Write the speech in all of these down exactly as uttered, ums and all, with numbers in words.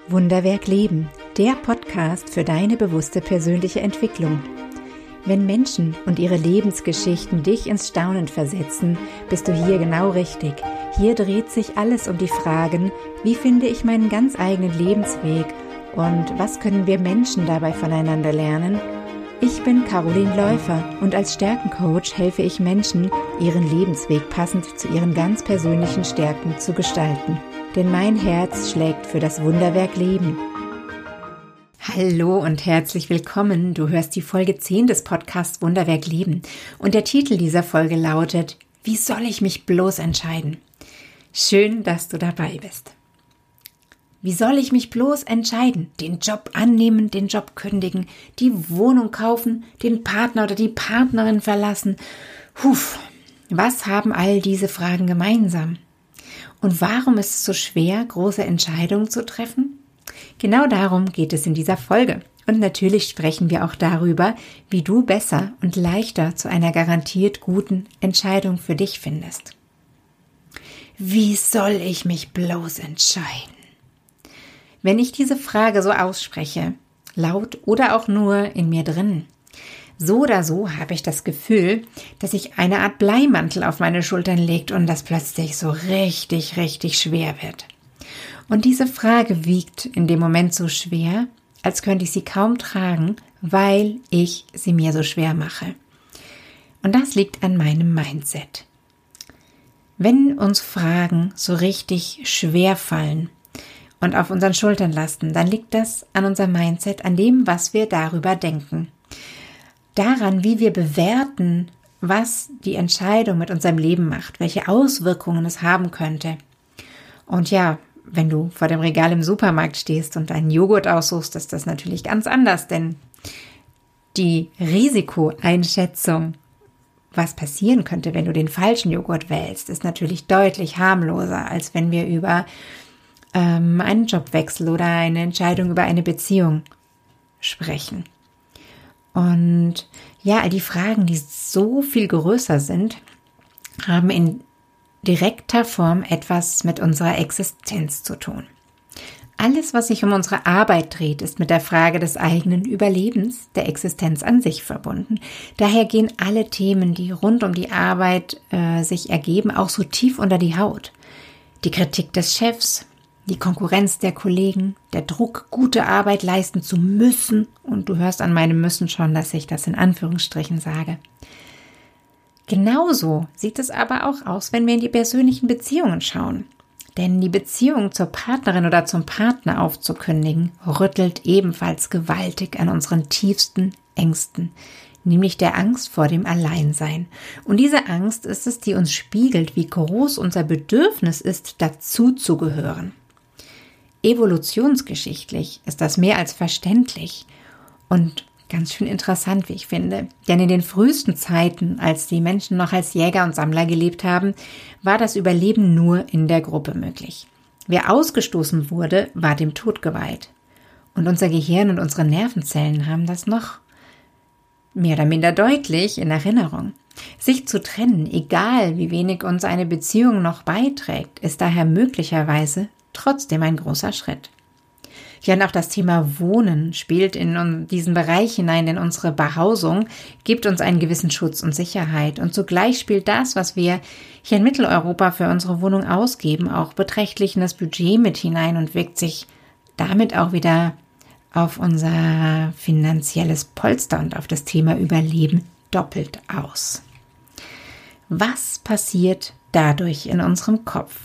Wunderwerk Leben, der Podcast für deine bewusste persönliche Entwicklung. Wenn Menschen und ihre Lebensgeschichten dich ins Staunen versetzen, bist du hier genau richtig. Hier dreht sich alles um die Fragen, wie finde ich meinen ganz eigenen Lebensweg und was können wir Menschen dabei voneinander lernen? Ich bin Caroline Läufer und als Stärkencoach helfe ich Menschen, ihren Lebensweg passend zu ihren ganz persönlichen Stärken zu gestalten. Denn mein Herz schlägt für das Wunderwerk Leben. Hallo und herzlich willkommen. Du hörst die Folge zehn des Podcasts Wunderwerk Leben. Und der Titel dieser Folge lautet: Wie soll ich mich bloß entscheiden? Schön, dass du dabei bist. Wie soll ich mich bloß entscheiden? Den Job annehmen, den Job kündigen, die Wohnung kaufen, den Partner oder die Partnerin verlassen? Huf, was haben all diese Fragen gemeinsam? Und warum ist es so schwer, große Entscheidungen zu treffen? Genau darum geht es in dieser Folge. Und natürlich sprechen wir auch darüber, wie du besser und leichter zu einer garantiert guten Entscheidung für dich findest. Wie soll ich mich bloß entscheiden? Wenn ich diese Frage so ausspreche, laut oder auch nur in mir drin, so oder so habe ich das Gefühl, dass sich eine Art Bleimantel auf meine Schultern legt und das plötzlich so richtig, richtig schwer wird. Und diese Frage wiegt in dem Moment so schwer, als könnte ich sie kaum tragen, weil ich sie mir so schwer mache. Und das liegt an meinem Mindset. Wenn uns Fragen so richtig schwer fallen und auf unseren Schultern lasten, dann liegt das an unserem Mindset, an dem, was wir darüber denken. Daran, wie wir bewerten, was die Entscheidung mit unserem Leben macht, welche Auswirkungen es haben könnte. Und ja, wenn du vor dem Regal im Supermarkt stehst und einen Joghurt aussuchst, ist das natürlich ganz anders, denn die Risikoeinschätzung, was passieren könnte, wenn du den falschen Joghurt wählst, ist natürlich deutlich harmloser, als wenn wir über ähm, einen Jobwechsel oder eine Entscheidung über eine Beziehung sprechen. Und ja, all die Fragen, die so viel größer sind, haben in direkter Form etwas mit unserer Existenz zu tun. Alles, was sich um unsere Arbeit dreht, ist mit der Frage des eigenen Überlebens, der Existenz an sich verbunden. Daher gehen alle Themen, die rund um die Arbeit äh, sich ergeben, auch so tief unter die Haut. Die Kritik des Chefs, die Konkurrenz der Kollegen, der Druck, gute Arbeit leisten zu müssen. Und du hörst an meinem Müssen schon, dass ich das in Anführungsstrichen sage. Genauso sieht es aber auch aus, wenn wir in die persönlichen Beziehungen schauen. Denn die Beziehung zur Partnerin oder zum Partner aufzukündigen, rüttelt ebenfalls gewaltig an unseren tiefsten Ängsten, nämlich der Angst vor dem Alleinsein. Und diese Angst ist es, die uns spiegelt, wie groß unser Bedürfnis ist, dazu zu gehören. Evolutionsgeschichtlich ist das mehr als verständlich und ganz schön interessant, wie ich finde. Denn in den frühesten Zeiten, als die Menschen noch als Jäger und Sammler gelebt haben, war das Überleben nur in der Gruppe möglich. Wer ausgestoßen wurde, war dem Tod geweiht. Und unser Gehirn und unsere Nervenzellen haben das noch mehr oder minder deutlich in Erinnerung. Sich zu trennen, egal wie wenig uns eine Beziehung noch beiträgt, ist daher möglicherweise trotzdem ein großer Schritt. Ja, und auch das Thema Wohnen spielt in diesen Bereich hinein, denn unsere Behausung gibt uns einen gewissen Schutz und Sicherheit. Und zugleich spielt das, was wir hier in Mitteleuropa für unsere Wohnung ausgeben, auch beträchtlich in das Budget mit hinein und wirkt sich damit auch wieder auf unser finanzielles Polster und auf das Thema Überleben doppelt aus. Was passiert dadurch in unserem Kopf?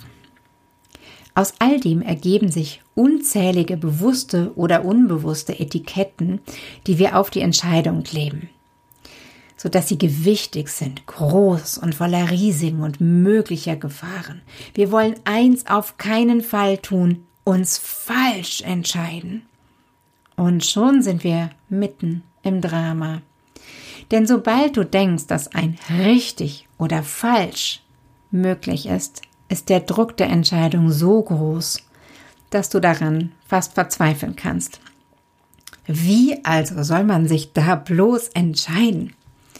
Aus all dem ergeben sich unzählige bewusste oder unbewusste Etiketten, die wir auf die Entscheidung kleben, sodass sie gewichtig sind, groß und voller Risiken und möglicher Gefahren. Wir wollen eins auf keinen Fall tun, uns falsch entscheiden. Und schon sind wir mitten im Drama. Denn sobald du denkst, dass ein richtig oder falsch möglich ist, ist der Druck der Entscheidung so groß, dass du daran fast verzweifeln kannst. Wie also soll man sich da bloß entscheiden?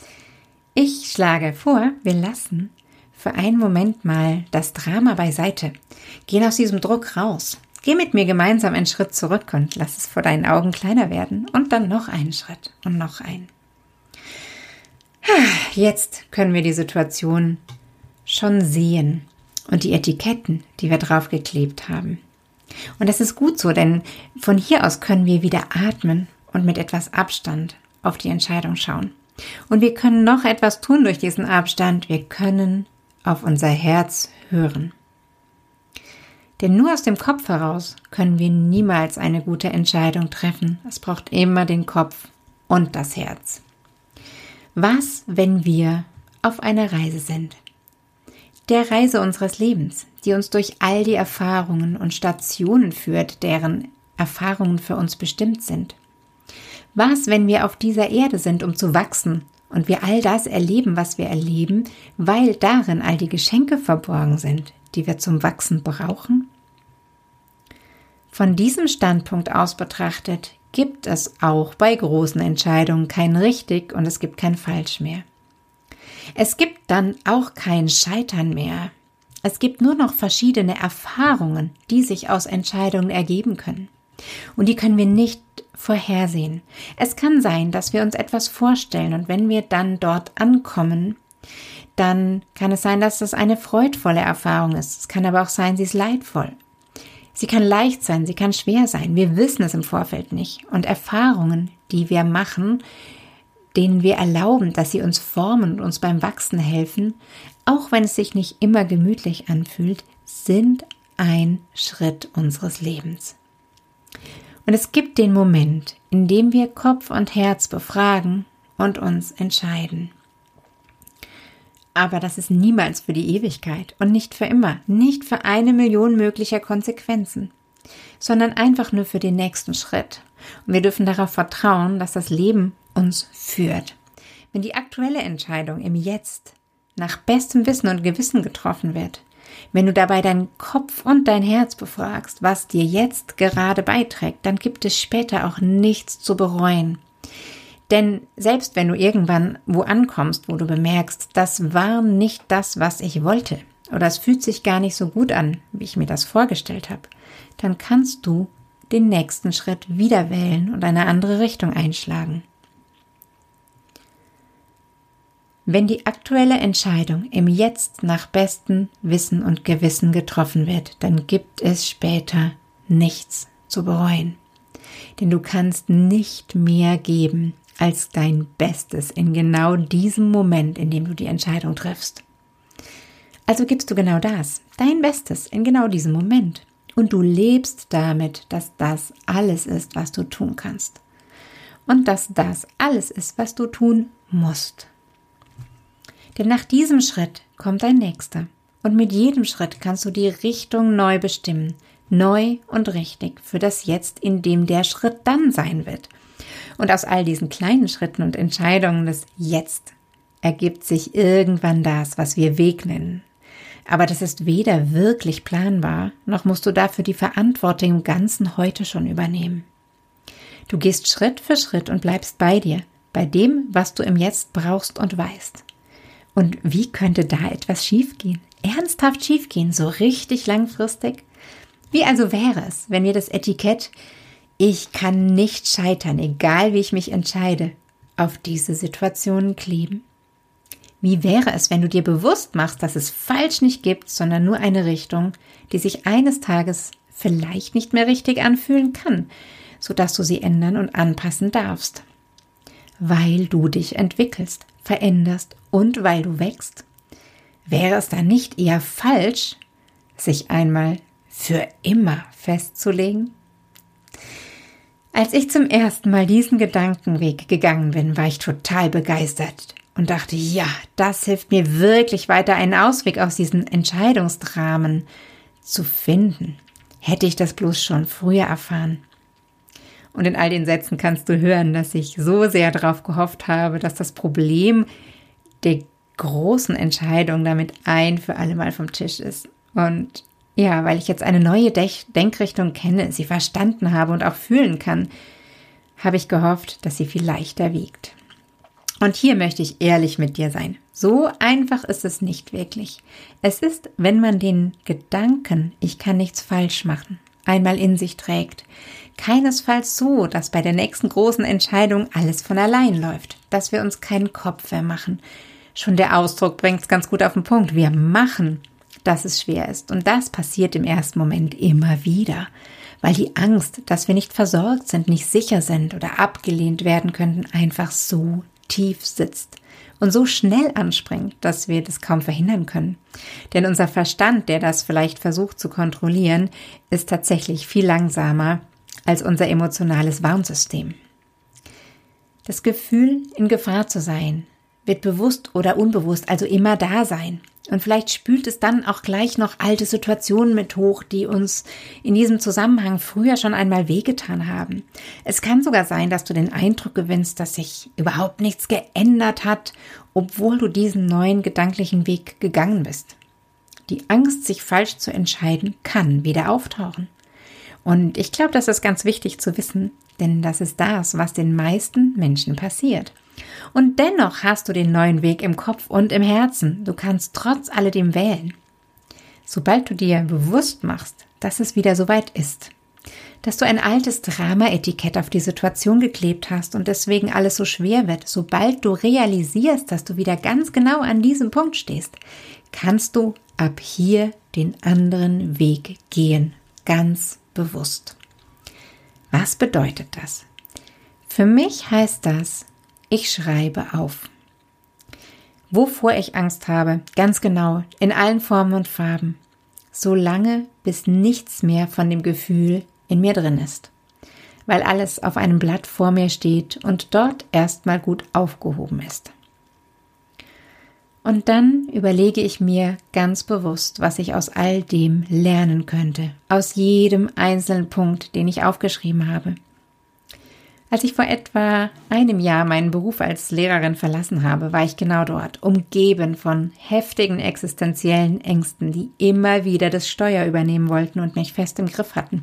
Ich schlage vor, wir lassen für einen Moment mal das Drama beiseite, gehen aus diesem Druck raus, Geh mit mir gemeinsam einen Schritt zurück und lass es vor deinen Augen kleiner werden und dann noch einen Schritt und noch einen. Jetzt können wir die Situation schon sehen und die Etiketten, die wir draufgeklebt haben. Und das ist gut so, denn von hier aus können wir wieder atmen und mit etwas Abstand auf die Entscheidung schauen. Und wir können noch etwas tun durch diesen Abstand. Wir können auf unser Herz hören. Denn nur aus dem Kopf heraus können wir niemals eine gute Entscheidung treffen. Es braucht immer den Kopf und das Herz. Was, wenn wir auf einer Reise sind? Der Reise unseres Lebens, die uns durch all die Erfahrungen und Stationen führt, deren Erfahrungen für uns bestimmt sind. Was, wenn wir auf dieser Erde sind, um zu wachsen und wir all das erleben, was wir erleben, weil darin all die Geschenke verborgen sind, die wir zum Wachsen brauchen? Von diesem Standpunkt aus betrachtet, gibt es auch bei großen Entscheidungen kein Richtig und es gibt kein Falsch mehr. Es gibt dann auch kein Scheitern mehr. Es gibt nur noch verschiedene Erfahrungen, die sich aus Entscheidungen ergeben können. Und die können wir nicht vorhersehen. Es kann sein, dass wir uns etwas vorstellen und wenn wir dann dort ankommen, dann kann es sein, dass das eine freudvolle Erfahrung ist. Es kann aber auch sein, sie ist leidvoll. Sie kann leicht sein, sie kann schwer sein. Wir wissen es im Vorfeld nicht. Und Erfahrungen, die wir machen, denen wir erlauben, dass sie uns formen und uns beim Wachsen helfen, auch wenn es sich nicht immer gemütlich anfühlt, sind ein Schritt unseres Lebens. Und es gibt den Moment, in dem wir Kopf und Herz befragen und uns entscheiden. Aber das ist niemals für die Ewigkeit und nicht für immer, nicht für eine Million möglicher Konsequenzen, sondern einfach nur für den nächsten Schritt. Und wir dürfen darauf vertrauen, dass das Leben uns führt. Wenn die aktuelle Entscheidung im Jetzt nach bestem Wissen und Gewissen getroffen wird, wenn du dabei deinen Kopf und dein Herz befragst, was dir jetzt gerade beiträgt, dann gibt es später auch nichts zu bereuen. Denn selbst wenn du irgendwann wo ankommst, wo du bemerkst, das war nicht das, was ich wollte, oder es fühlt sich gar nicht so gut an, wie ich mir das vorgestellt habe, dann kannst du den nächsten Schritt wieder wählen und eine andere Richtung einschlagen. Wenn die aktuelle Entscheidung im Jetzt nach bestem Wissen und Gewissen getroffen wird, dann gibt es später nichts zu bereuen. Denn du kannst nicht mehr geben als dein Bestes in genau diesem Moment, in dem du die Entscheidung triffst. Also gibst du genau das, dein Bestes in genau diesem Moment. Und du lebst damit, dass das alles ist, was du tun kannst. Und dass das alles ist, was du tun musst. Denn nach diesem Schritt kommt ein nächster. Und mit jedem Schritt kannst du die Richtung neu bestimmen. Neu und richtig für das Jetzt, in dem der Schritt dann sein wird. Und aus all diesen kleinen Schritten und Entscheidungen des Jetzt ergibt sich irgendwann das, was wir Weg nennen. Aber das ist weder wirklich planbar, noch musst du dafür die Verantwortung im ganzen Heute schon übernehmen. Du gehst Schritt für Schritt und bleibst bei dir, bei dem, was du im Jetzt brauchst und weißt. Und wie könnte da etwas schiefgehen? Ernsthaft schiefgehen, so richtig langfristig? Wie also wäre es, wenn wir das Etikett „Ich kann nicht scheitern, egal wie ich mich entscheide", auf diese Situationen kleben? Wie wäre es, wenn du dir bewusst machst, dass es falsch nicht gibt, sondern nur eine Richtung, die sich eines Tages vielleicht nicht mehr richtig anfühlen kann, sodass du sie ändern und anpassen darfst? Weil du dich entwickelst, veränderst und weil du wächst. Wäre es dann nicht eher falsch, sich einmal für immer festzulegen? Als ich zum ersten Mal diesen Gedankenweg gegangen bin, war ich total begeistert und dachte, ja, das hilft mir wirklich weiter, einen Ausweg aus diesen Entscheidungsdramen zu finden. Hätte ich das bloß schon früher erfahren. Und in all den Sätzen kannst du hören, dass ich so sehr darauf gehofft habe, dass das Problem der großen Entscheidung damit ein für alle Mal vom Tisch ist. Und ja, weil ich jetzt eine neue Denkrichtung kenne, sie verstanden habe und auch fühlen kann, habe ich gehofft, dass sie viel leichter wiegt. Und hier möchte ich ehrlich mit dir sein. So einfach ist es nicht wirklich. Es ist, wenn man den Gedanken, ich kann nichts falsch machen, einmal in sich trägt. Keinesfalls so, dass bei der nächsten großen Entscheidung alles von allein läuft, dass wir uns keinen Kopf mehr machen. Schon der Ausdruck bringt es ganz gut auf den Punkt. Wir machen, dass es schwer ist. Und das passiert im ersten Moment immer wieder, weil die Angst, dass wir nicht versorgt sind, nicht sicher sind oder abgelehnt werden könnten, einfach so tief sitzt und so schnell anspringt, dass wir das kaum verhindern können. Denn unser Verstand, der das vielleicht versucht zu kontrollieren, ist tatsächlich viel langsamer als unser emotionales Warnsystem. Das Gefühl, in Gefahr zu sein, wird bewusst oder unbewusst also immer da sein. Und vielleicht spült es dann auch gleich noch alte Situationen mit hoch, die uns in diesem Zusammenhang früher schon einmal wehgetan haben. Es kann sogar sein, dass du den Eindruck gewinnst, dass sich überhaupt nichts geändert hat, obwohl du diesen neuen gedanklichen Weg gegangen bist. Die Angst, sich falsch zu entscheiden, kann wieder auftauchen. Und ich glaube, das ist ganz wichtig zu wissen, denn das ist das, was den meisten Menschen passiert. Und dennoch hast du den neuen Weg im Kopf und im Herzen. Du kannst trotz alledem wählen. Sobald du dir bewusst machst, dass es wieder soweit ist, dass du ein altes Drama-Etikett auf die Situation geklebt hast und deswegen alles so schwer wird, sobald du realisierst, dass du wieder ganz genau an diesem Punkt stehst, kannst du ab hier den anderen Weg gehen, ganz bewusst. Was bedeutet das? Für mich heißt das, ich schreibe auf. Wovor ich Angst habe, ganz genau, in allen Formen und Farben, solange bis nichts mehr von dem Gefühl in mir drin ist, weil alles auf einem Blatt vor mir steht und dort erstmal gut aufgehoben ist. Und dann überlege ich mir ganz bewusst, was ich aus all dem lernen könnte, aus jedem einzelnen Punkt, den ich aufgeschrieben habe. Als ich vor etwa einem Jahr meinen Beruf als Lehrerin verlassen habe, war ich genau dort, umgeben von heftigen existenziellen Ängsten, die immer wieder das Steuer übernehmen wollten und mich fest im Griff hatten.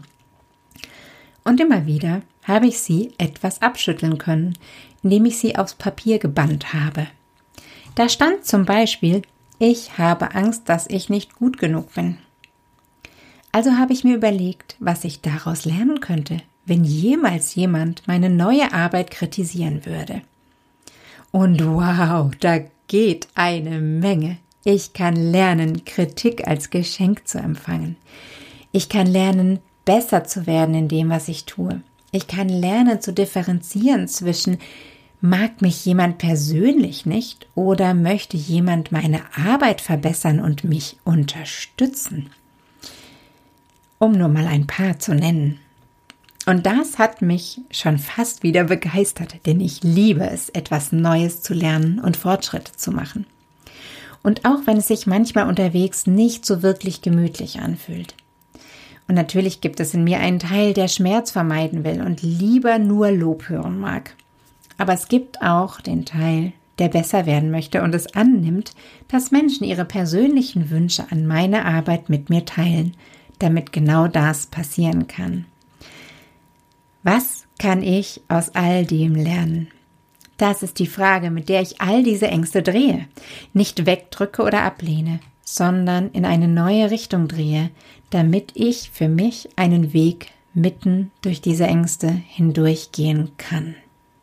Und immer wieder habe ich sie etwas abschütteln können, indem ich sie aufs Papier gebannt habe. Da stand zum Beispiel, ich habe Angst, dass ich nicht gut genug bin. Also habe ich mir überlegt, was ich daraus lernen könnte, wenn jemals jemand meine neue Arbeit kritisieren würde. Und wow, da geht eine Menge. Ich kann lernen, Kritik als Geschenk zu empfangen. Ich kann lernen, besser zu werden in dem, was ich tue. Ich kann lernen zu differenzieren zwischen mag mich jemand persönlich nicht oder möchte jemand meine Arbeit verbessern und mich unterstützen? Um nur mal ein paar zu nennen. Und das hat mich schon fast wieder begeistert, denn ich liebe es, etwas Neues zu lernen und Fortschritte zu machen. Und auch wenn es sich manchmal unterwegs nicht so wirklich gemütlich anfühlt. Und natürlich gibt es in mir einen Teil, der Schmerz vermeiden will und lieber nur Lob hören mag. Aber es gibt auch den Teil, der besser werden möchte und es annimmt, dass Menschen ihre persönlichen Wünsche an meine Arbeit mit mir teilen, damit genau das passieren kann. Was kann ich aus all dem lernen? Das ist die Frage, mit der ich all diese Ängste drehe. Nicht wegdrücke oder ablehne, sondern in eine neue Richtung drehe, damit ich für mich einen Weg mitten durch diese Ängste hindurchgehen kann.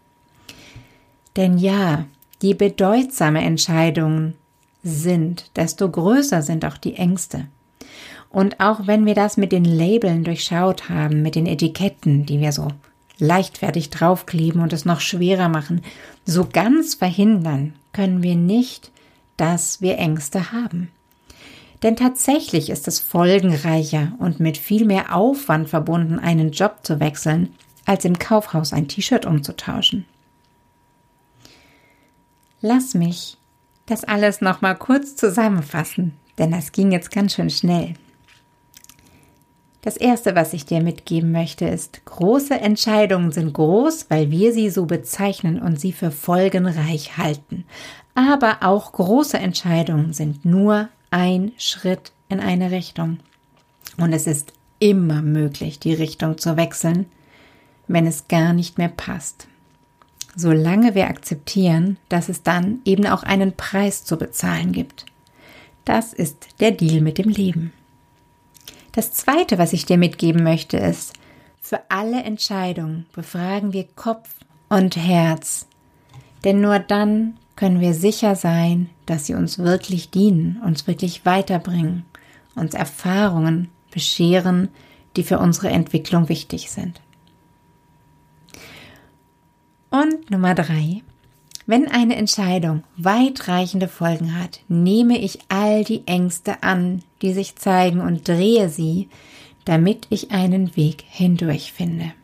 Denn ja, je bedeutsamer Entscheidungen sind, desto größer sind auch die Ängste. Und auch wenn wir das mit den Labeln durchschaut haben, mit den Etiketten, die wir so leichtfertig draufkleben und es noch schwerer machen, so ganz verhindern können wir nicht, dass wir Ängste haben. Denn tatsächlich ist es folgenreicher und mit viel mehr Aufwand verbunden, einen Job zu wechseln, als im Kaufhaus ein T-Shirt umzutauschen. Lass mich das alles noch mal kurz zusammenfassen, denn das ging jetzt ganz schön schnell. Das Erste, was ich dir mitgeben möchte, ist, große Entscheidungen sind groß, weil wir sie so bezeichnen und sie für folgenreich halten. Aber auch große Entscheidungen sind nur ein Schritt in eine Richtung. Und es ist immer möglich, die Richtung zu wechseln, wenn es gar nicht mehr passt. Solange wir akzeptieren, dass es dann eben auch einen Preis zu bezahlen gibt. Das ist der Deal mit dem Leben. Das Zweite, was ich dir mitgeben möchte, ist, für alle Entscheidungen befragen wir Kopf und Herz. Denn nur dann können wir sicher sein, dass sie uns wirklich dienen, uns wirklich weiterbringen, uns Erfahrungen bescheren, die für unsere Entwicklung wichtig sind. Und Nummer drei. Wenn eine Entscheidung weitreichende Folgen hat, nehme ich all die Ängste an, die sich zeigen und drehe sie, damit ich einen Weg hindurch finde.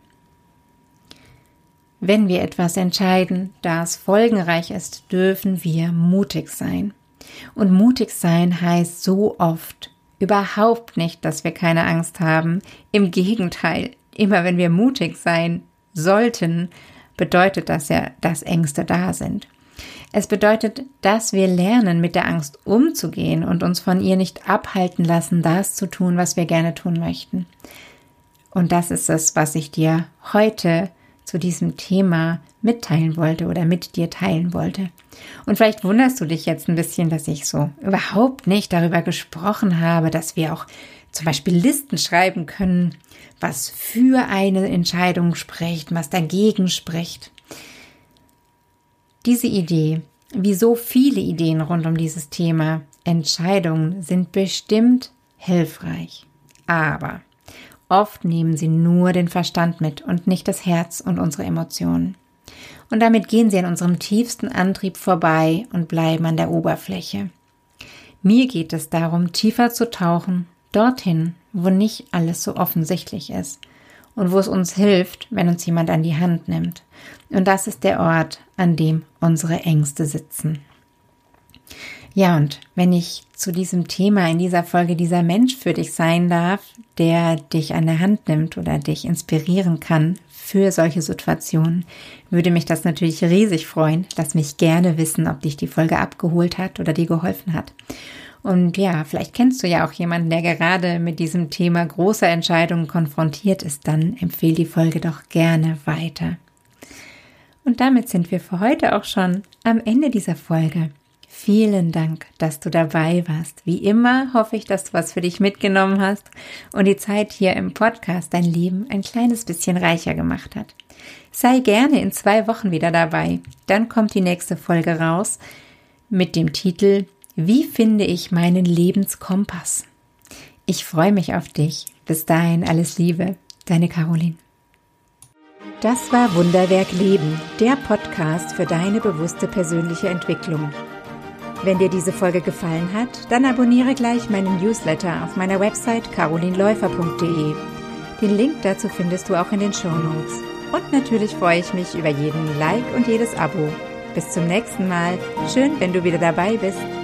Wenn wir etwas entscheiden, das folgenreich ist, dürfen wir mutig sein. Und mutig sein heißt so oft überhaupt nicht, dass wir keine Angst haben. Im Gegenteil, immer wenn wir mutig sein sollten, bedeutet das ja, dass Ängste da sind. Es bedeutet, dass wir lernen, mit der Angst umzugehen und uns von ihr nicht abhalten lassen, das zu tun, was wir gerne tun möchten. Und das ist es, was ich dir heute zu diesem Thema mitteilen wollte oder mit dir teilen wollte. Und vielleicht wunderst du dich jetzt ein bisschen, dass ich so überhaupt nicht darüber gesprochen habe, dass wir auch zum Beispiel Listen schreiben können, was für eine Entscheidung spricht, was dagegen spricht. Diese Idee, wie so viele Ideen rund um dieses Thema, Entscheidungen sind bestimmt hilfreich. Aber oft nehmen sie nur den Verstand mit und nicht das Herz und unsere Emotionen. Und damit gehen sie an unserem tiefsten Antrieb vorbei und bleiben an der Oberfläche. Mir geht es darum, tiefer zu tauchen, dorthin, wo nicht alles so offensichtlich ist und wo es uns hilft, wenn uns jemand an die Hand nimmt. Und das ist der Ort, an dem unsere Ängste sitzen. Ja, und wenn ich zu diesem Thema in dieser Folge dieser Mensch für dich sein darf, der dich an der Hand nimmt oder dich inspirieren kann für solche Situationen, würde mich das natürlich riesig freuen. Lass mich gerne wissen, ob dich die Folge abgeholt hat oder dir geholfen hat. Und ja, vielleicht kennst du ja auch jemanden, der gerade mit diesem Thema großer Entscheidungen konfrontiert ist, dann empfehle die Folge doch gerne weiter. Und damit sind wir für heute auch schon am Ende dieser Folge. Vielen Dank, dass du dabei warst. Wie immer hoffe ich, dass du was für dich mitgenommen hast und die Zeit hier im Podcast dein Leben ein kleines bisschen reicher gemacht hat. Sei gerne in zwei Wochen wieder dabei. Dann kommt die nächste Folge raus mit dem Titel Wie finde ich meinen Lebenskompass? Ich freue mich auf dich. Bis dahin alles Liebe, deine Caroline. Das war Wunderwerk Leben, der Podcast für deine bewusste persönliche Entwicklung. Wenn dir diese Folge gefallen hat, dann abonniere gleich meinen Newsletter auf meiner Website caroline läufer punkt de. Den Link dazu findest du auch in den Shownotes. Und natürlich freue ich mich über jeden Like und jedes Abo. Bis zum nächsten Mal. Schön, wenn du wieder dabei bist.